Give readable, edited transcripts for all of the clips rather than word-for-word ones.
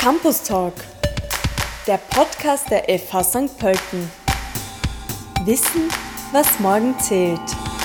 Campus Talk, der Podcast der FH St. Pölten. Wissen, was morgen zählt.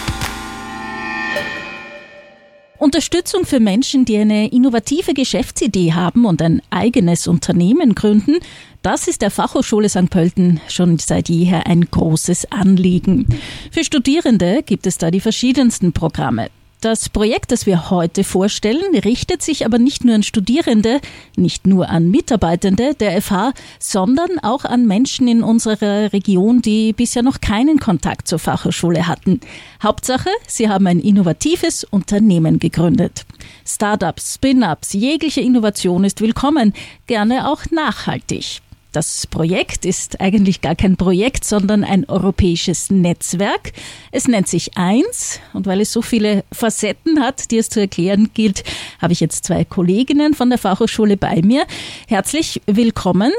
Unterstützung für Menschen, die eine innovative Geschäftsidee haben und ein eigenes Unternehmen gründen, das ist der Fachhochschule St. Pölten schon seit jeher ein großes Anliegen. Für Studierende gibt es da die verschiedensten Programme. Das Projekt, das wir heute vorstellen, richtet sich aber nicht nur an Studierende, nicht nur an Mitarbeitende der FH, sondern auch an Menschen in unserer Region, die bisher noch keinen Kontakt zur Fachhochschule hatten. Hauptsache, sie haben ein innovatives Unternehmen gegründet. Startups, Spin-ups, jegliche Innovation ist willkommen, gerne auch nachhaltig. Das Projekt ist eigentlich gar kein Projekt, sondern ein europäisches Netzwerk. Es nennt sich 1 und weil es so viele Facetten hat, die es zu erklären gilt, habe ich jetzt 2 Kolleginnen von der Fachhochschule bei mir. Herzlich willkommen.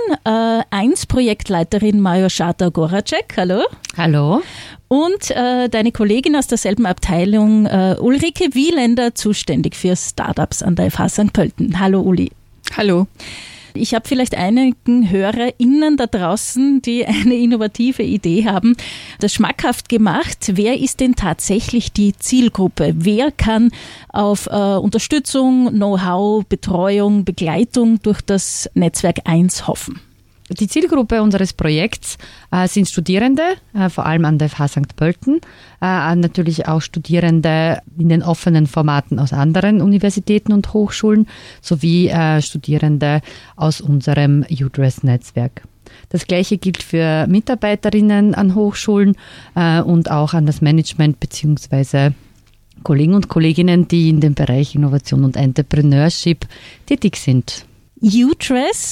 1 Projektleiterin Majorzata Goracek. Hallo. Hallo. Und deine Kollegin aus derselben Abteilung, Ulrike Wieländer, zuständig für Startups an der FH St. Pölten. Hallo Uli. Hallo. Ich habe vielleicht einigen HörerInnen da draußen, die eine innovative Idee haben, das schmackhaft gemacht. Wer ist denn tatsächlich die Zielgruppe? Wer kann auf Unterstützung, Know-how, Betreuung, Begleitung durch das Netzwerk 1 hoffen? Die Zielgruppe unseres Projekts sind Studierende, vor allem an der FH St. Pölten, natürlich auch Studierende in den offenen Formaten aus anderen Universitäten und Hochschulen, sowie Studierende aus unserem UDRES-Netzwerk. Das Gleiche gilt für Mitarbeiterinnen an Hochschulen und auch an das Management bzw. Kollegen und Kolleginnen, die in dem Bereich Innovation und Entrepreneurship tätig sind. UDRES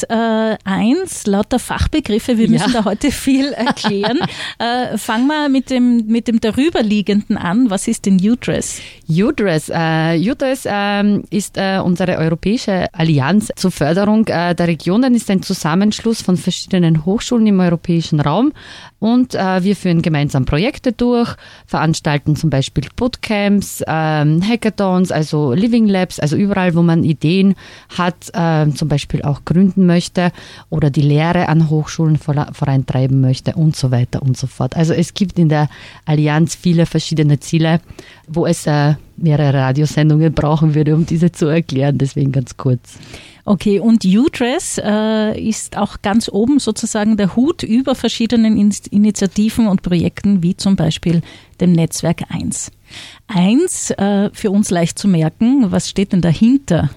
1, lauter Fachbegriffe, wir müssen da heute viel erklären. Fangen wir mit dem darüberliegenden an. Was ist denn UDRES? UDRES ist unsere europäische Allianz zur Förderung der Regionen, ist ein Zusammenschluss von verschiedenen Hochschulen im europäischen Raum und wir führen gemeinsam Projekte durch, veranstalten zum Beispiel Bootcamps, Hackathons, also Living Labs, also überall, wo man Ideen hat, zum Beispiel auch gründen möchte oder die Lehre an Hochschulen vorantreiben möchte und so weiter und so fort. Also es gibt in der Allianz viele verschiedene Ziele, wo es mehrere Radiosendungen brauchen würde, um diese zu erklären, deswegen ganz kurz. Okay, und UDRES ist auch ganz oben sozusagen der Hut über verschiedenen Initiativen und Projekten, wie zum Beispiel dem Netzwerk 1. 1, für uns leicht zu merken, was steht denn dahinter?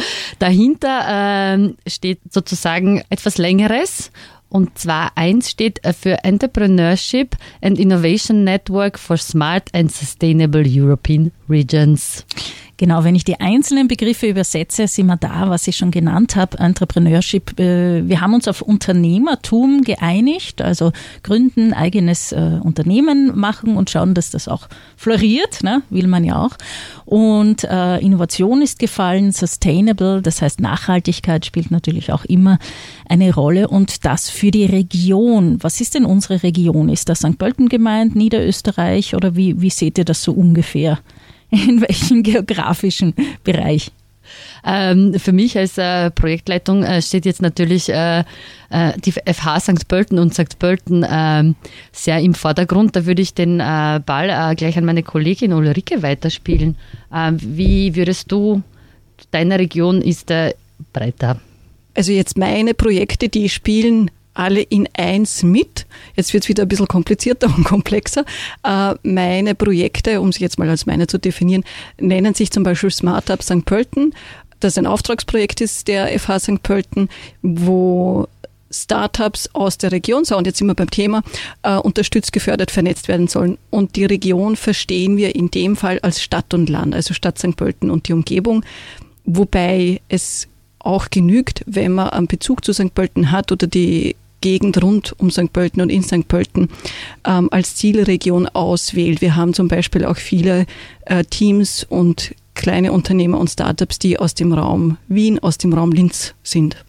Dahinter steht sozusagen etwas Längeres. Und zwar 1 steht für Entrepreneurship and Innovation Network for Smart and Sustainable European Regions. Genau, wenn ich die einzelnen Begriffe übersetze, sind wir da, was ich schon genannt habe, Entrepreneurship. Wir haben uns auf Unternehmertum geeinigt, also gründen, eigenes Unternehmen machen und schauen, dass das auch floriert, ne? Will man ja auch. Und Innovation ist gefallen, Sustainable, das heißt Nachhaltigkeit spielt natürlich auch immer eine Rolle und das für die Region. Was ist denn unsere Region? Ist das St. Pölten gemeint, Niederösterreich oder wie seht ihr das so ungefähr? In welchem geografischen Bereich? Für mich als Projektleitung steht jetzt natürlich die FH St. Pölten und St. Pölten sehr im Vordergrund. Da würde ich den Ball gleich an meine Kollegin Ulrike weiterspielen. Wie würdest du, deine Region ist breiter? Also jetzt meine Projekte, die spielen alle in 1 mit. Jetzt wird es wieder ein bisschen komplizierter und komplexer. Meine Projekte, um sie jetzt mal als meine zu definieren, nennen sich zum Beispiel Smartup St. Pölten, das ein Auftragsprojekt ist der FH St. Pölten, wo Startups aus der Region, so und jetzt sind wir beim Thema, unterstützt, gefördert, vernetzt werden sollen. Und die Region verstehen wir in dem Fall als Stadt und Land, also Stadt St. Pölten und die Umgebung, wobei es auch genügt, wenn man einen Bezug zu St. Pölten hat oder die Gegend rund um St. Pölten und in St. Pölten als Zielregion auswählt. Wir haben zum Beispiel auch viele Teams und kleine Unternehmer und Startups, die aus dem Raum Wien, aus dem Raum Linz sind.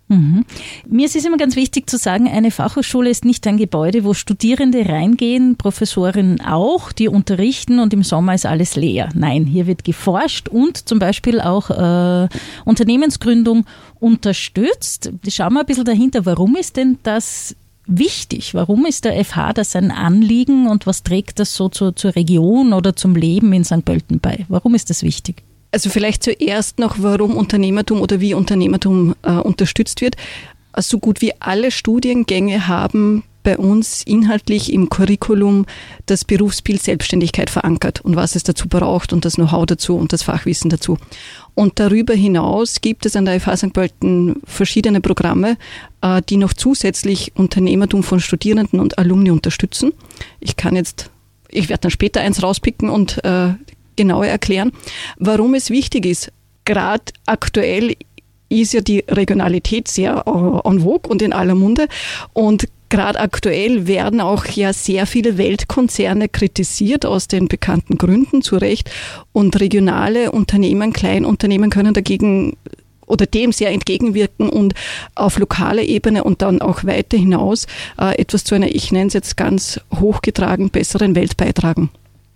Mir ist es immer ganz wichtig zu sagen, eine Fachhochschule ist nicht ein Gebäude, wo Studierende reingehen, Professorinnen auch, die unterrichten und im Sommer ist alles leer. Nein, hier wird geforscht und zum Beispiel auch Unternehmensgründung unterstützt. Schauen wir ein bisschen dahinter, warum ist denn das wichtig? Warum ist der FH das ein Anliegen und was trägt das so zur Region oder zum Leben in St. Pölten bei? Warum ist das wichtig? Also vielleicht zuerst noch, warum Unternehmertum oder wie Unternehmertum unterstützt wird. So gut wie alle Studiengänge haben bei uns inhaltlich im Curriculum das Berufsbild Selbstständigkeit verankert und was es dazu braucht und das Know-how dazu und das Fachwissen dazu. Und darüber hinaus gibt es an der FH St. Pölten verschiedene Programme, die noch zusätzlich Unternehmertum von Studierenden und Alumni unterstützen. Ich werde dann später eins rauspicken und genauer erklären, warum es wichtig ist. Gerade aktuell ist ja die Regionalität sehr en vogue und in aller Munde und gerade aktuell werden auch ja sehr viele Weltkonzerne kritisiert aus den bekannten Gründen, zu Recht, und regionale Unternehmen, Kleinunternehmen können dagegen oder dem sehr entgegenwirken und auf lokaler Ebene und dann auch weiter hinaus etwas zu einer, ich nenne es jetzt ganz hochgetragen, besseren Welt beitragen.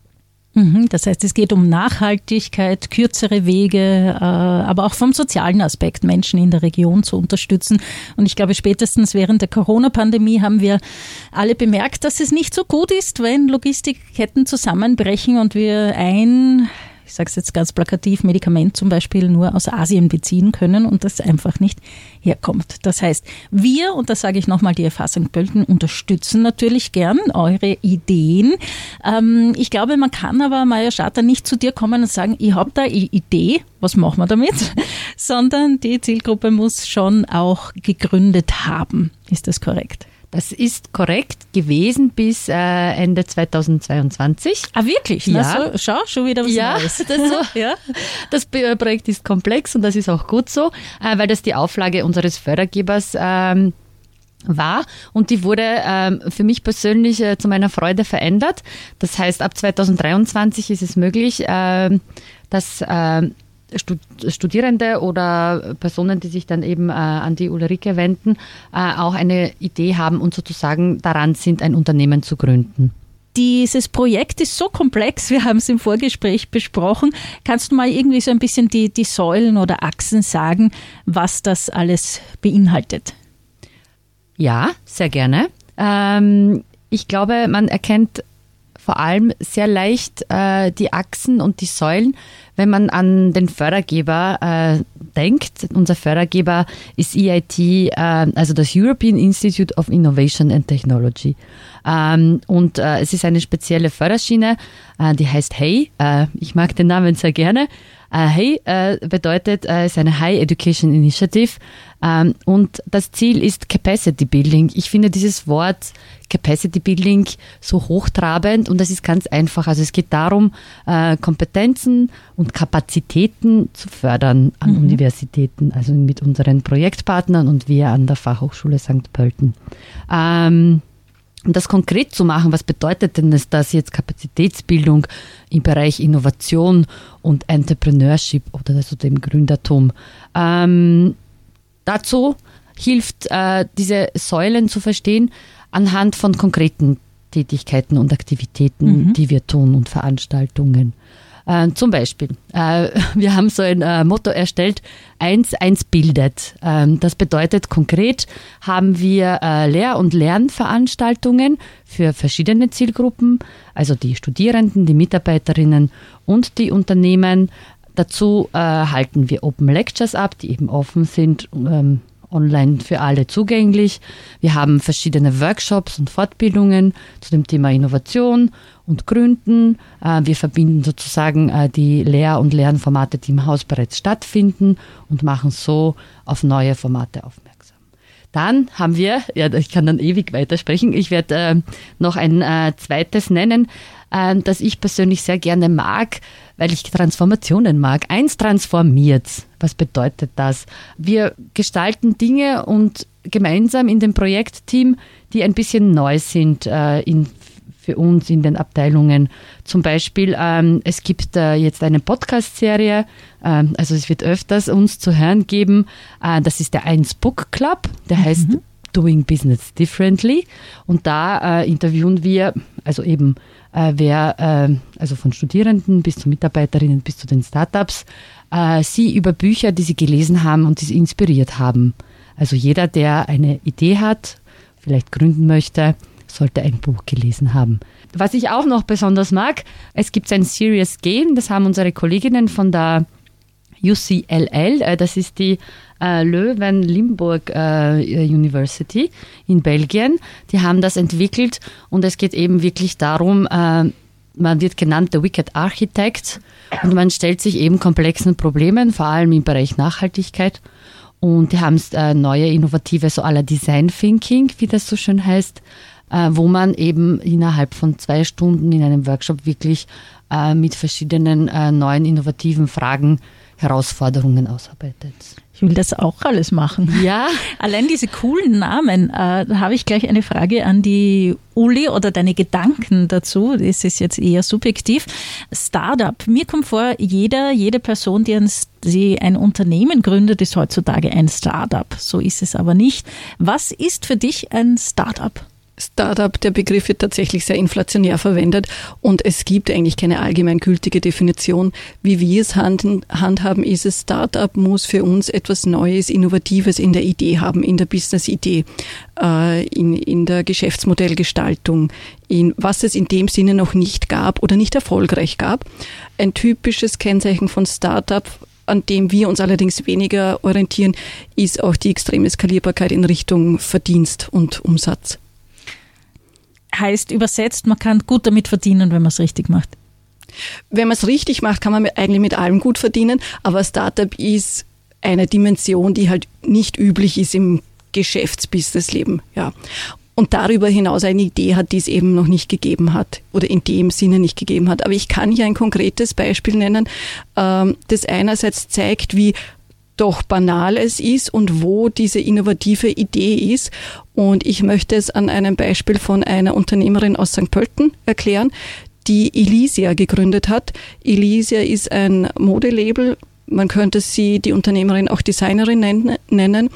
Das heißt, es geht um Nachhaltigkeit, kürzere Wege, aber auch vom sozialen Aspekt, Menschen in der Region zu unterstützen. Und ich glaube, spätestens während der Corona-Pandemie haben wir alle bemerkt, dass es nicht so gut ist, wenn Logistikketten zusammenbrechen und wir ich sage es jetzt ganz plakativ, Medikament zum Beispiel nur aus Asien beziehen können und das einfach nicht herkommt. Das heißt, wir, und das sage ich nochmal, die FH St. Pölten unterstützen natürlich gern eure Ideen. Ich glaube, man kann aber, Maja Schatter, nicht zu dir kommen und sagen, ich habe da eine Idee, was machen wir damit? Sondern die Zielgruppe muss schon auch gegründet haben. Ist das korrekt? Das ist korrekt gewesen bis Ende 2022. Ah, wirklich? Ja. Na, schau, schon wieder was Neues. Das Projekt ist komplex und das ist auch gut so, weil das die Auflage unseres Fördergebers war und die wurde für mich persönlich zu meiner Freude verändert. Das heißt, ab 2023 ist es möglich, dass Studierende oder Personen, die sich dann eben an die Ulrike wenden, auch eine Idee haben und sozusagen daran sind, ein Unternehmen zu gründen. Dieses Projekt ist so komplex, wir haben es im Vorgespräch besprochen. Kannst du mal irgendwie so ein bisschen die Säulen oder Achsen sagen, was das alles beinhaltet? Ja, sehr gerne. Ich glaube, man erkennt vor allem sehr leicht die Achsen und die Säulen, wenn man an den Fördergeber denkt. Unser Fördergeber ist EIT, also das European Institute of Innovation and Technology. Und es ist eine spezielle Förderschiene, die heißt HEY. Ich mag den Namen sehr gerne. HEY bedeutet, es ist eine High Education Initiative und das Ziel ist Capacity Building. Ich finde dieses Wort Capacity Building so hochtrabend und das ist ganz einfach. Also es geht darum, Kompetenzen und Kapazitäten zu fördern an Universitäten, also mit unseren Projektpartnern und wir an der Fachhochschule St. Pölten. Um das konkret zu machen, was bedeutet denn das jetzt Kapazitätsbildung im Bereich Innovation und Entrepreneurship oder also dem Gründertum? Dazu hilft diese Säulen zu verstehen anhand von konkreten Tätigkeiten und Aktivitäten, die wir tun und Veranstaltungen. Zum Beispiel, wir haben so ein Motto erstellt, 1 bildet. Das bedeutet konkret, haben wir Lehr- und Lernveranstaltungen für verschiedene Zielgruppen, also die Studierenden, die Mitarbeiterinnen und die Unternehmen. Dazu halten wir Open Lectures ab, die eben offen sind, online für alle zugänglich. Wir haben verschiedene Workshops und Fortbildungen zu dem Thema Innovation und Gründen. Wir verbinden sozusagen die Lehr- und Lernformate, die im Haus bereits stattfinden und machen so auf neue Formate aufmerksam. Dann haben wir, ich kann dann ewig weitersprechen, ich werde noch ein zweites nennen, das ich persönlich sehr gerne mag, weil ich Transformationen mag. 1 transformiert. Was bedeutet das? Wir gestalten Dinge und gemeinsam in dem Projektteam, die ein bisschen neu sind für für uns in den Abteilungen. Zum Beispiel, es gibt jetzt eine Podcast-Serie, also es wird öfters uns zu hören geben, das ist der 1 Book Club, der heißt Doing Business Differently, und da interviewen wir, also eben also von Studierenden bis zu Mitarbeiterinnen bis zu den Startups, sie über Bücher, die sie gelesen haben und die sie inspiriert haben. Also jeder, der eine Idee hat, vielleicht gründen möchte, sollte ein Buch gelesen haben. Was ich auch noch besonders mag, es gibt ein Serious Game, das haben unsere Kolleginnen von der UCLL, das ist die Leuven-Limburg University in Belgien. Die haben das entwickelt und es geht eben wirklich darum, man wird genannt The Wicked Architect und man stellt sich eben komplexen Problemen, vor allem im Bereich Nachhaltigkeit. Und die haben neue, innovative, so à la Design Thinking, wie das so schön heißt, wo man eben innerhalb von 2 Stunden in einem Workshop wirklich mit verschiedenen neuen, innovativen Fragen Herausforderungen ausarbeitet. Ich will das auch alles machen. Ja. Allein diese coolen Namen, da habe ich gleich eine Frage an die Uli oder deine Gedanken dazu. Das ist jetzt eher subjektiv. Startup. Mir kommt vor, jede Person, die ein Unternehmen gründet, ist heutzutage ein Startup. So ist es aber nicht. Was ist für dich ein Startup? Startup, der Begriff wird tatsächlich sehr inflationär verwendet und es gibt eigentlich keine allgemeingültige Definition. Wie wir es handhaben, ist es, Startup muss für uns etwas Neues, Innovatives in der Idee haben, in der Business-Idee, in der Geschäftsmodellgestaltung, in was es in dem Sinne noch nicht gab oder nicht erfolgreich gab. Ein typisches Kennzeichen von Startup, an dem wir uns allerdings weniger orientieren, ist auch die extreme Skalierbarkeit in Richtung Verdienst und Umsatz. Heißt übersetzt, man kann gut damit verdienen, wenn man es richtig macht. Wenn man es richtig macht, kann man eigentlich mit allem gut verdienen, aber Startup ist eine Dimension, die halt nicht üblich ist im Geschäftsbusinessleben. Ja. Und darüber hinaus eine Idee hat, die es eben noch nicht gegeben hat oder in dem Sinne nicht gegeben hat. Aber ich kann hier ein konkretes Beispiel nennen, das einerseits zeigt, wie doch banal es ist und wo diese innovative Idee ist. Und ich möchte es an einem Beispiel von einer Unternehmerin aus St. Pölten erklären, die Elysia gegründet hat. Elysia ist ein Modelabel. Man könnte sie, die Unternehmerin, auch Designerin nennen.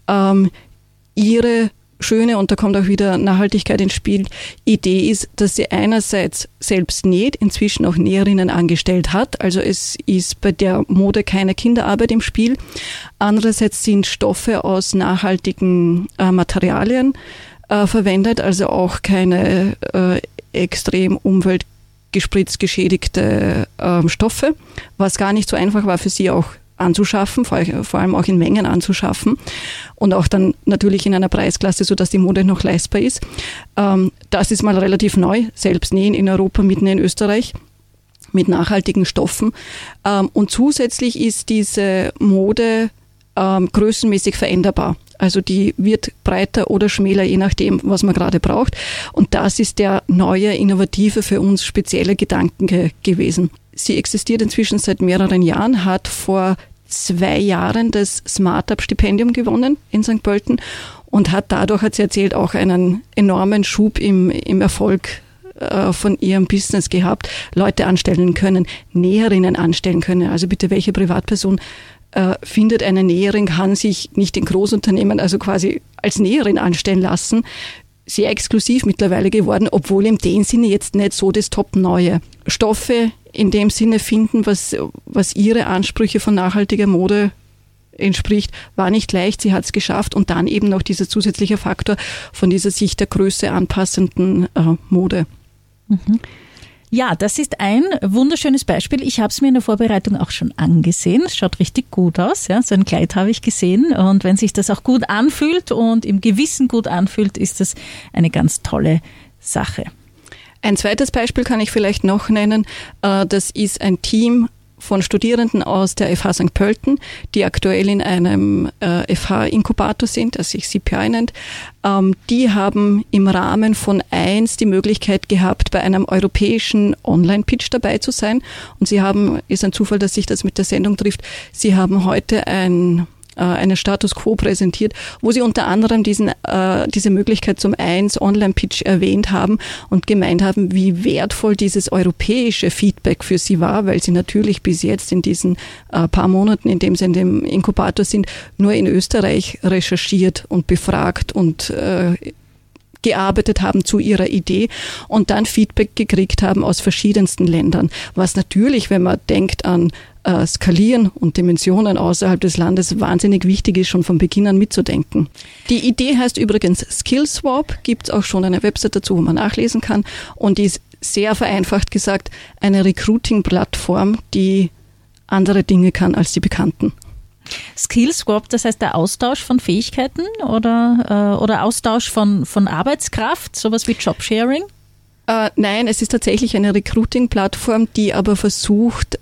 Ihre schöne, und da kommt auch wieder Nachhaltigkeit ins Spiel, Idee ist, dass sie einerseits selbst näht, inzwischen auch Näherinnen angestellt hat. Also es ist bei der Mode keine Kinderarbeit im Spiel. Andererseits sind Stoffe aus nachhaltigen Materialien verwendet, also auch keine extrem umweltgespritzt geschädigte Stoffe, was gar nicht so einfach war für sie auch anzuschaffen, vor allem auch in Mengen anzuschaffen und auch dann natürlich in einer Preisklasse, sodass die Mode noch leistbar ist. Das ist mal relativ neu, selbst nähen in Europa, mitten in Österreich, mit nachhaltigen Stoffen. Und zusätzlich ist diese Mode größenmäßig veränderbar. Also die wird breiter oder schmäler, je nachdem, was man gerade braucht. Und das ist der neue, innovative, für uns spezielle Gedanke gewesen. Sie existiert inzwischen seit mehreren Jahren, hat vor 2 Jahren das Smart-Up-Stipendium gewonnen in St. Pölten und hat dadurch, hat sie erzählt, auch einen enormen Schub im Erfolg von ihrem Business gehabt. Leute anstellen können, Näherinnen anstellen können. Also bitte, welche Privatperson findet eine Näherin, kann sich nicht in Großunternehmen, also quasi als Näherin anstellen lassen. Sehr exklusiv mittlerweile geworden, obwohl in dem Sinne jetzt nicht so das Top-Neue. Stoffe in dem Sinne finden, was ihre Ansprüche von nachhaltiger Mode entspricht, war nicht leicht. Sie hat es geschafft und dann eben noch dieser zusätzliche Faktor von dieser sich der Größe anpassenden Mode. Mhm. Ja, das ist ein wunderschönes Beispiel. Ich habe es mir in der Vorbereitung auch schon angesehen. Es schaut richtig gut aus. Ja, so ein Kleid habe ich gesehen. Und wenn sich das auch gut anfühlt und im Gewissen gut anfühlt, ist das eine ganz tolle Sache. Ein zweites Beispiel kann ich vielleicht noch nennen. Das ist ein Team von Studierenden aus der FH St. Pölten, die aktuell in einem FH-Inkubator sind, der sich CPI nennt. Die haben im Rahmen von 1 die Möglichkeit gehabt, bei einem europäischen Online-Pitch dabei zu sein. Und sie haben, ist ein Zufall, dass sich das mit der Sendung trifft, sie haben heute ein einen Status Quo präsentiert, wo sie unter anderem diese Möglichkeit zum 1 Online-Pitch erwähnt haben und gemeint haben, wie wertvoll dieses europäische Feedback für sie war, weil sie natürlich bis jetzt in diesen paar Monaten, in dem sie in dem Inkubator sind, nur in Österreich recherchiert und befragt und gearbeitet haben zu ihrer Idee und dann Feedback gekriegt haben aus verschiedensten Ländern. Was natürlich, wenn man denkt an Skalieren und Dimensionen außerhalb des Landes, wahnsinnig wichtig ist, schon von Beginn an mitzudenken. Die Idee heißt übrigens SkillSwap, gibt es auch schon eine Website dazu, wo man nachlesen kann und die ist sehr vereinfacht gesagt eine Recruiting-Plattform, die andere Dinge kann als die bekannten. SkillSwap, das heißt der Austausch von Fähigkeiten oder Austausch von Arbeitskraft, sowas wie Jobsharing? Nein, es ist tatsächlich eine Recruiting-Plattform, die aber versucht,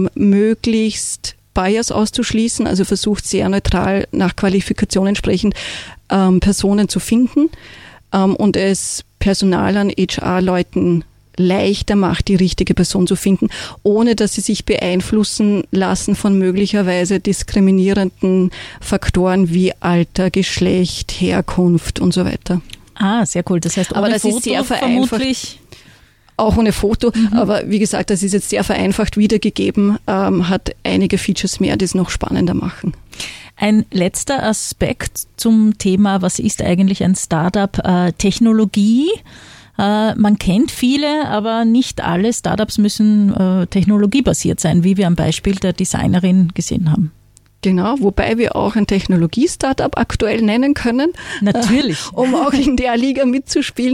möglichst Bias auszuschließen, also versucht sehr neutral nach Qualifikation entsprechend Personen zu finden und es Personalern, HR-Leuten leichter macht, die richtige Person zu finden, ohne dass sie sich beeinflussen lassen von möglicherweise diskriminierenden Faktoren wie Alter, Geschlecht, Herkunft und so weiter. Ah, sehr cool. Das heißt, ohne aber das Foto ist sehr vereinfacht. Vermutlich. Auch ohne Foto, aber wie gesagt, das ist jetzt sehr vereinfacht wiedergegeben, hat einige Features mehr, die es noch spannender machen. Ein letzter Aspekt zum Thema, was ist eigentlich ein Startup? Technologie. Man kennt viele, aber nicht alle Startups müssen technologiebasiert sein, wie wir am Beispiel der Designerin gesehen haben. Genau, wobei wir auch ein Technologie-Startup aktuell nennen können. Natürlich. Um auch in der Liga mitzuspielen.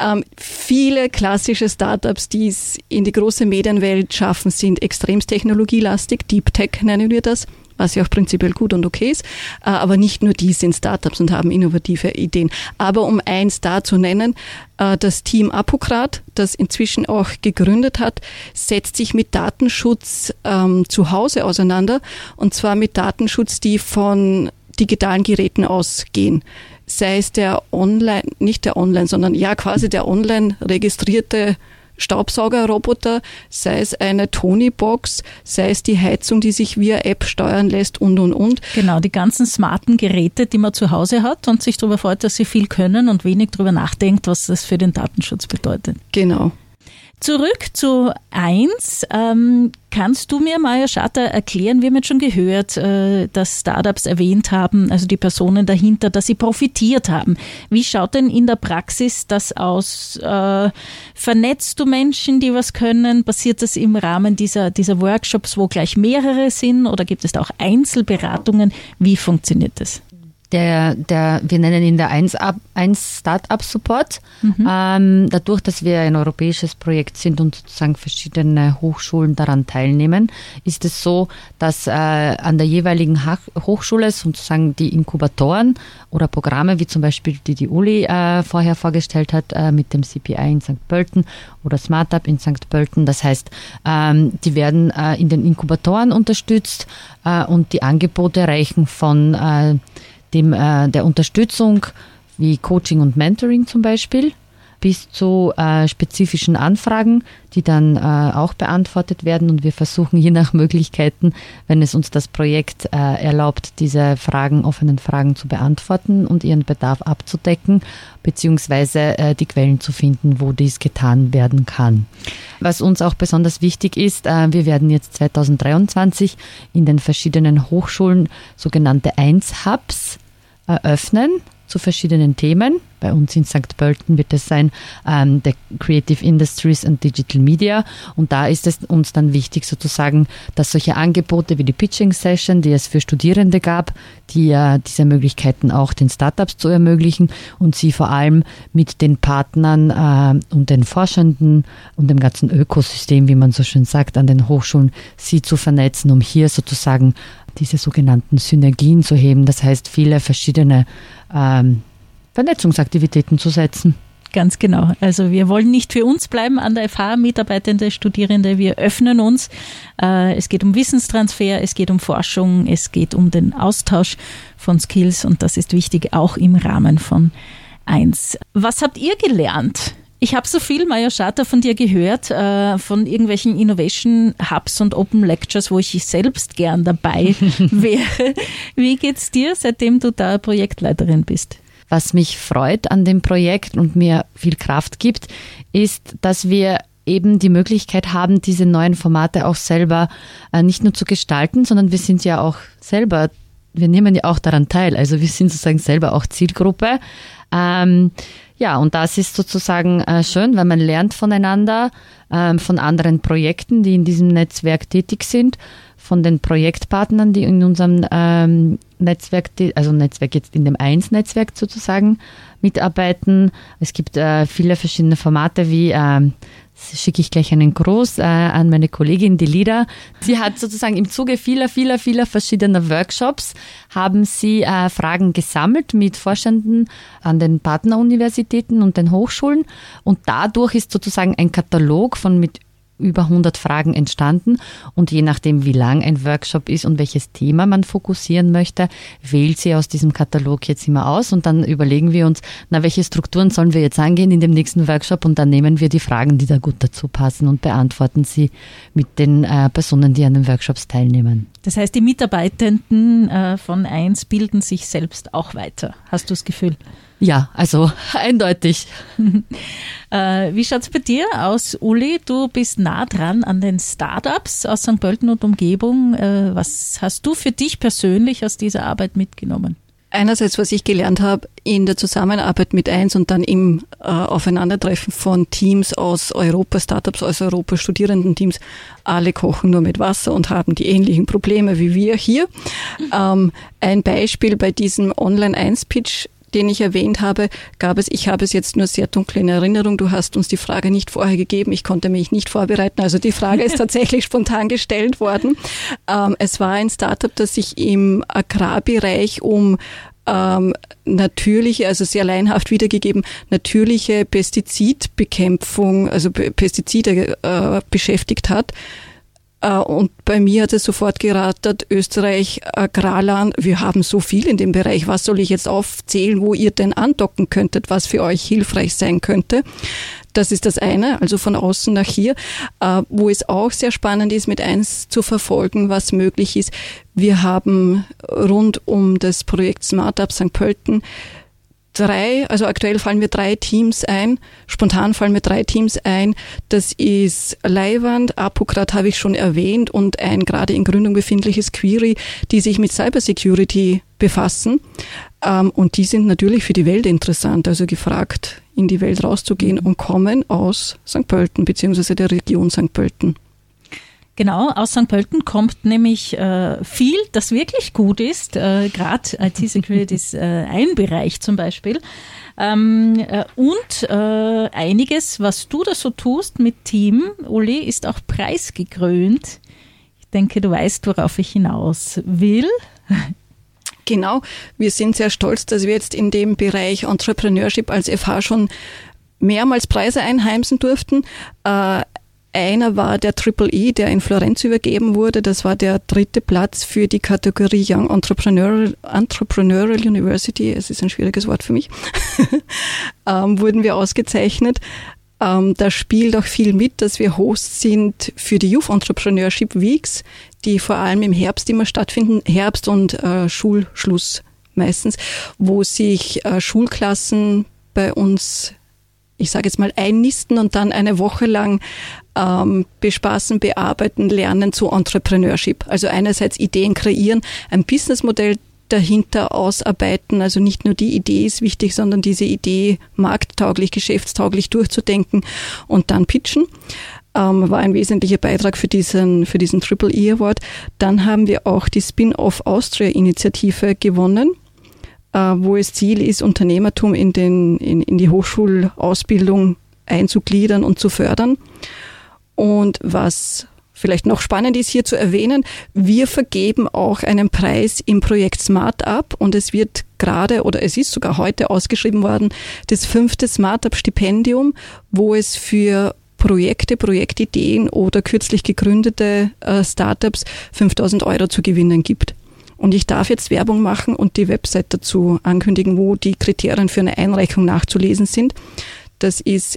Viele klassische Startups, die es in die große Medienwelt schaffen, sind extremst technologielastig. Deep Tech nennen wir das, was ja auch prinzipiell gut und okay ist. Aber nicht nur die sind Startups und haben innovative Ideen. Aber um eins da zu nennen, das Team Apokrat, das inzwischen auch gegründet hat, setzt sich mit Datenschutz zu Hause auseinander. Und zwar mit Datenschutz, die von digitalen Geräten ausgehen. Sei es der online, nicht der online, sondern ja quasi der online registrierte Staubsaugerroboter, sei es eine Tonybox, sei es die Heizung, die sich via App steuern lässt und. Genau, die ganzen smarten Geräte, die man zu Hause hat und sich darüber freut, dass sie viel können und wenig darüber nachdenkt, was das für den Datenschutz bedeutet. Genau. Zurück zu 1. Kannst du mir, Maja Schatter, erklären, wir haben jetzt schon gehört, dass Startups erwähnt haben, also die Personen dahinter, dass sie profitiert haben. Wie schaut denn in der Praxis das aus? Vernetzt du Menschen, die was können? Passiert das im Rahmen dieser Workshops, wo gleich mehrere sind? Oder gibt es da auch Einzelberatungen? Wie funktioniert das? Wir nennen ihn der 1 Startup Support. Dadurch, dass wir ein europäisches Projekt sind und sozusagen verschiedene Hochschulen daran teilnehmen, ist es so, dass an der jeweiligen Hochschule sozusagen die Inkubatoren oder Programme, wie zum Beispiel die Uli vorher vorgestellt hat, mit dem CPI in St. Pölten oder SmartUp in St. Pölten. Das heißt, die werden in den Inkubatoren unterstützt und die Angebote reichen von der Unterstützung wie Coaching und Mentoring zum Beispiel bis zu spezifischen Anfragen, die dann auch beantwortet werden und wir versuchen je nach Möglichkeiten, wenn es uns das Projekt erlaubt, diese offenen Fragen zu beantworten und ihren Bedarf abzudecken, beziehungsweise die Quellen zu finden, wo dies getan werden kann. Was uns auch besonders wichtig ist, wir werden jetzt 2023 in den verschiedenen Hochschulen sogenannte 1-Hubs eröffnen zu verschiedenen Themen. Bei uns in St. Pölten wird es sein der Creative Industries and Digital Media und da ist es uns dann wichtig sozusagen, dass solche Angebote wie die Pitching Session, die es für Studierende gab, die diese Möglichkeiten auch den Startups zu ermöglichen und sie vor allem mit den Partnern und den Forschenden und dem ganzen Ökosystem, wie man so schön sagt, an den Hochschulen, sie zu vernetzen, um hier sozusagen diese sogenannten Synergien zu heben, das heißt viele verschiedene Vernetzungsaktivitäten zu setzen. Ganz genau. Also wir wollen nicht für uns bleiben an der FH, Mitarbeitende, Studierende. Wir öffnen uns. Es geht um Wissenstransfer, es geht um Forschung, es geht um den Austausch von Skills und das ist wichtig, auch im Rahmen von 1. Was habt ihr gelernt Ich habe so viel, Maja Schatter, von dir gehört, von irgendwelchen Innovation Hubs und Open Lectures, wo ich selbst gern dabei wäre. Wie geht's dir, seitdem du da Projektleiterin bist? Was mich freut an dem Projekt und mir viel Kraft gibt, ist, dass wir eben die Möglichkeit haben, diese neuen Formate auch selber nicht nur zu gestalten, sondern wir sind ja auch selber, wir nehmen ja auch daran teil. Also wir sind sozusagen selber auch Zielgruppe. Ja, und das ist sozusagen schön, weil man lernt voneinander, von anderen Projekten, die in diesem Netzwerk tätig sind, von den Projektpartnern, die in unserem Netzwerk, also Netzwerk jetzt in dem 1-Netzwerk sozusagen mitarbeiten. Es gibt viele verschiedene Formate wie schicke ich gleich einen Gruß an meine Kollegin, die Lida. Sie hat sozusagen im Zuge vieler verschiedener Workshops haben sie Fragen gesammelt mit Forschenden an den Partneruniversitäten und den Hochschulen und dadurch ist sozusagen ein Katalog von mit über 100 Fragen entstanden und je nachdem, wie lang ein Workshop ist und welches Thema man fokussieren möchte, wählt sie aus diesem Katalog jetzt immer aus und dann überlegen wir uns, welche Strukturen sollen wir jetzt angehen in dem nächsten Workshop und dann nehmen wir die Fragen, die da gut dazu passen und beantworten sie mit den Personen, die an den Workshops teilnehmen. Das heißt, die Mitarbeitenden von 1 bilden sich selbst auch weiter. Hast du das Gefühl? Ja, also eindeutig. Wie schaut es bei dir aus, Uli? Du bist nah dran an den Startups aus St. Pölten und Umgebung. Was hast du für dich persönlich aus dieser Arbeit mitgenommen? Einerseits, was ich gelernt habe in der Zusammenarbeit mit 1 und dann im Aufeinandertreffen von Teams aus Europa, Startups aus Europa, Studierendenteams, alle kochen nur mit Wasser und haben die ähnlichen Probleme wie wir hier. Ein Beispiel bei diesem Online-1-Pitch, den ich erwähnt habe, ich habe es jetzt nur sehr dunkel in Erinnerung, du hast uns die Frage nicht vorher gegeben, ich konnte mich nicht vorbereiten, also die Frage ist tatsächlich spontan gestellt worden. Es war ein Startup, das sich im Agrarbereich um natürliche, also sehr laienhaft wiedergegeben, natürliche Pestizidbekämpfung, also Pestizide beschäftigt hat. Und bei mir hat es sofort gerattert, Österreich, Agrarland, wir haben so viel in dem Bereich, was soll ich jetzt aufzählen, wo ihr denn andocken könntet, was für euch hilfreich sein könnte. Das ist das eine, also von außen nach hier. Wo es auch sehr spannend ist, mit 1 zu verfolgen, was möglich ist. Wir haben rund um das Projekt SmartUp St. Pölten also aktuell fallen mir 3 Teams ein, spontan fallen mir 3 Teams ein. Das ist Leiwand, Apokrad habe ich schon erwähnt und ein gerade in Gründung befindliches Query, die sich mit Cybersecurity befassen. Und die sind natürlich für die Welt interessant, also gefragt, in die Welt rauszugehen und kommen aus St. Pölten beziehungsweise der Region St. Pölten. Genau, aus St. Pölten kommt nämlich viel, das wirklich gut ist. Gerade IT-Security ist ein Bereich zum Beispiel. Und einiges, was du da so tust mit Team, Uli, ist auch preisgekrönt. Ich denke, du weißt, worauf ich hinaus will. Genau, wir sind sehr stolz, dass wir jetzt in dem Bereich Entrepreneurship als FH schon mehrmals Preise einheimsen durften. Einer war der EEE, der in Florenz übergeben wurde. Das war der 3. Platz für die Kategorie Young Entrepreneurial University. Es ist ein schwieriges Wort für mich. Wurden wir ausgezeichnet. Da spielt auch viel mit, dass wir Host sind für die Youth Entrepreneurship Weeks, die vor allem im Herbst immer stattfinden. Herbst und Schulschluss meistens, wo sich Schulklassen bei uns, ich sage jetzt mal, einnisten und dann eine Woche lang bespaßen, bearbeiten, lernen zu Entrepreneurship. Also einerseits Ideen kreieren, ein Businessmodell dahinter ausarbeiten. Also nicht nur die Idee ist wichtig, sondern diese Idee markttauglich, geschäftstauglich durchzudenken und dann pitchen. War ein wesentlicher Beitrag für diesen EEE Award. Dann haben wir auch die Spin-off Austria Initiative gewonnen, wo es Ziel ist, Unternehmertum in die Hochschulausbildung einzugliedern und zu fördern. Und was vielleicht noch spannend ist hier zu erwähnen, wir vergeben auch einen Preis im Projekt SmartUp und es wird es ist sogar heute ausgeschrieben worden, das 5. SmartUp-Stipendium, wo es für Projektideen oder kürzlich gegründete Startups 5.000 € zu gewinnen gibt. Und ich darf jetzt Werbung machen und die Website dazu ankündigen, wo die Kriterien für eine Einreichung nachzulesen sind. Das ist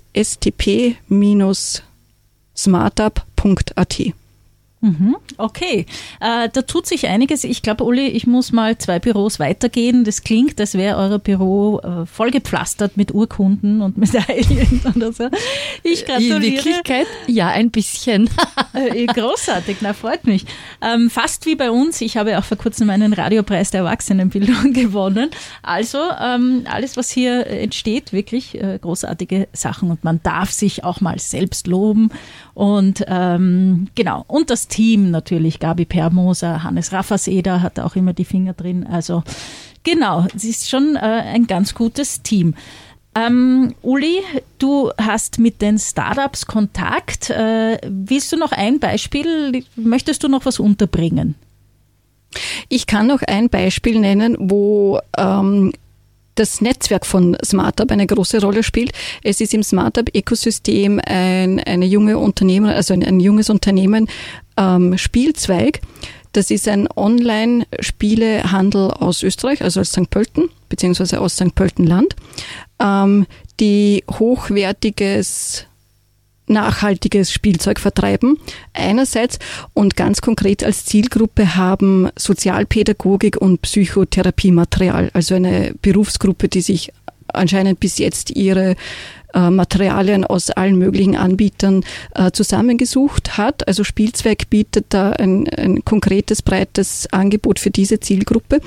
stp-smartup.at. Okay, da tut sich einiges. Ich glaube, Uli, ich muss mal 2 Büros weitergehen. Das klingt, als wäre euer Büro vollgepflastert mit Urkunden und Medaillen oder so. Ich gratuliere. In Wirklichkeit, ja, ein bisschen. Großartig, na, freut mich. Fast wie bei uns. Ich habe auch vor kurzem einen Radiopreis der Erwachsenenbildung gewonnen. Also alles, was hier entsteht, wirklich großartige Sachen. Und man darf sich auch mal selbst loben. Und genau, und das Team natürlich, Gabi Permoser, Hannes Raffarseder hat auch immer die Finger drin. Also genau, es ist schon ein ganz gutes Team. Uli, du hast mit den Startups Kontakt. Willst du noch ein Beispiel? Möchtest du noch was unterbringen? Ich kann noch ein Beispiel nennen, wo das Netzwerk von Smartup eine große Rolle spielt. Es ist im Smartup-Ökosystem ein junges Unternehmen, Spielzweig. Das ist ein Online-Spielehandel aus Österreich, also aus St. Pölten, beziehungsweise aus St. Pöltenland, die hochwertiges, nachhaltiges Spielzeug vertreiben, einerseits, und ganz konkret als Zielgruppe haben Sozialpädagogik und Psychotherapiematerial, also eine Berufsgruppe, die sich anscheinend bis jetzt ihre Materialien aus allen möglichen Anbietern zusammengesucht hat. Also Spielzweig bietet da ein konkretes, breites Angebot für diese Zielgruppe.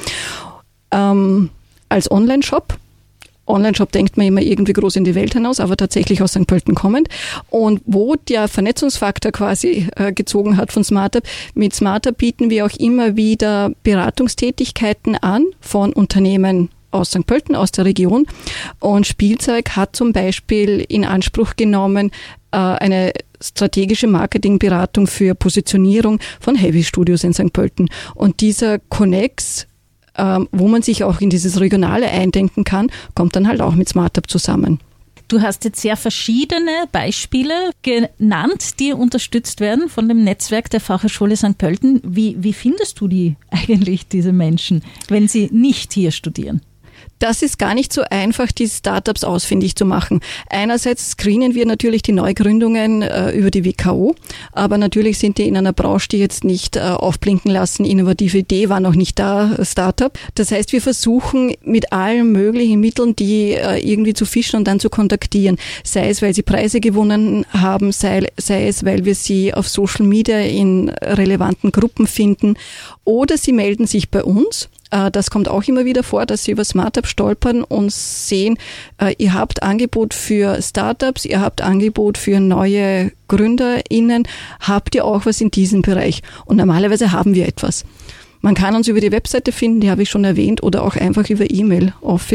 Als Online-Shop. Online-Shop denkt man immer irgendwie groß in die Welt hinaus, aber tatsächlich aus St. Pölten kommend. Und wo der Vernetzungsfaktor quasi gezogen hat von Smartup, mit Smartup bieten wir auch immer wieder Beratungstätigkeiten an von Unternehmen aus St. Pölten, aus der Region. Und Spielzeug hat zum Beispiel in Anspruch genommen, eine strategische Marketingberatung für Positionierung von Heavy Studios in St. Pölten. Und dieser Connex, wo man sich auch in dieses Regionale eindenken kann, kommt dann halt auch mit Smartup zusammen. Du hast jetzt sehr verschiedene Beispiele genannt, die unterstützt werden von dem Netzwerk der Fachhochschule St. Pölten. Wie findest du die eigentlich, diese Menschen, wenn sie nicht hier studieren? Das ist gar nicht so einfach, die Startups ausfindig zu machen. Einerseits screenen wir natürlich die Neugründungen über die WKO, aber natürlich sind die in einer Branche, die jetzt nicht aufblinken lassen, innovative Idee war noch nicht da, Startup. Das heißt, wir versuchen mit allen möglichen Mitteln, die irgendwie zu fischen und dann zu kontaktieren. Sei es, weil sie Preise gewonnen haben, sei es, weil wir sie auf Social Media in relevanten Gruppen finden, oder sie melden sich bei uns. Das kommt auch immer wieder vor, dass sie über Smartup stolpern und sehen, ihr habt Angebot für Startups, ihr habt Angebot für neue GründerInnen, habt ihr auch was in diesem Bereich? Und normalerweise haben wir etwas. Man kann uns über die Webseite finden, die habe ich schon erwähnt, oder auch einfach über E-Mail,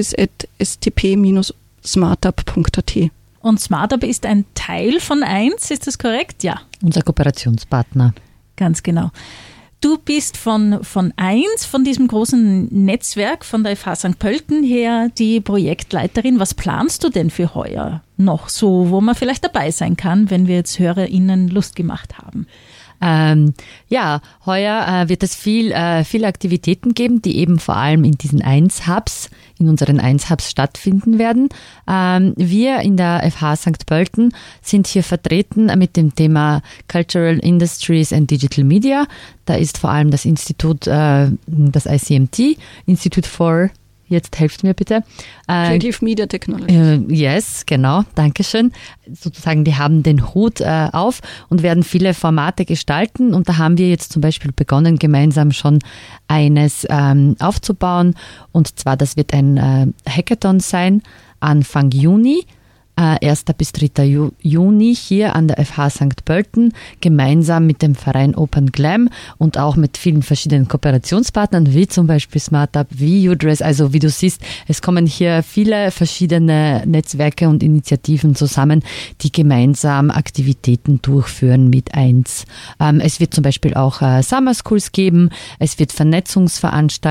office@stp-smartup.at. Und Smartup ist ein Teil von 1, ist das korrekt? Ja. Unser Kooperationspartner. Ganz genau. Du bist von 1, von diesem großen Netzwerk, von der FH St. Pölten her, die Projektleiterin. Was planst du denn für heuer noch so, wo man vielleicht dabei sein kann, wenn wir jetzt HörerInnen Lust gemacht haben? Ja, heuer wird es viele Aktivitäten geben, die eben vor allem in diesen 1-Hubs, in unseren 1-Hubs stattfinden werden. Wir in der FH St. Pölten sind hier vertreten mit dem Thema Cultural Industries and Digital Media. Da ist vor allem das Institut, das ICMT, Institute for, jetzt helft mir bitte. Creative Media Technology. Yes, genau, Dankeschön. Sozusagen, die haben den Hut auf und werden viele Formate gestalten. Und da haben wir jetzt zum Beispiel begonnen, gemeinsam schon eines aufzubauen. Und zwar, das wird ein Hackathon sein, Anfang Juni. 1. bis 3. Juni hier an der FH St. Pölten, gemeinsam mit dem Verein Open Glam und auch mit vielen verschiedenen Kooperationspartnern, wie zum Beispiel Smartup, wie Udress. Also wie du siehst, es kommen hier viele verschiedene Netzwerke und Initiativen zusammen, die gemeinsam Aktivitäten durchführen mit 1. Es wird zum Beispiel auch Summer Schools geben, es wird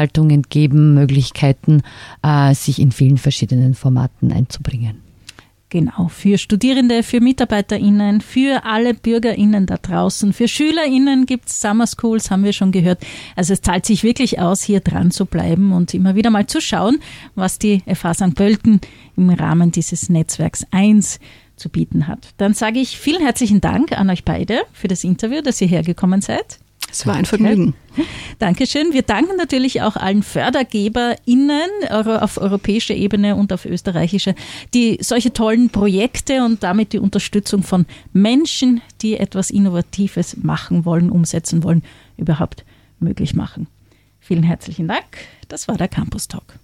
Vernetzungsveranstaltungen geben, Möglichkeiten, sich in vielen verschiedenen Formaten einzubringen. Genau, für Studierende, für MitarbeiterInnen, für alle BürgerInnen da draußen, für SchülerInnen gibt es Summer Schools, haben wir schon gehört. Also es zahlt sich wirklich aus, hier dran zu bleiben und immer wieder mal zu schauen, was die FH St. Pölten im Rahmen dieses Netzwerks 1 zu bieten hat. Dann sage ich vielen herzlichen Dank an euch beide für das Interview, dass ihr hergekommen seid. Es war ein Vergnügen. Dankeschön. Wir danken natürlich auch allen FördergeberInnen auf europäischer Ebene und auf österreichischer, die solche tollen Projekte und damit die Unterstützung von Menschen, die etwas Innovatives machen wollen, umsetzen wollen, überhaupt möglich machen. Vielen herzlichen Dank. Das war der Campus Talk.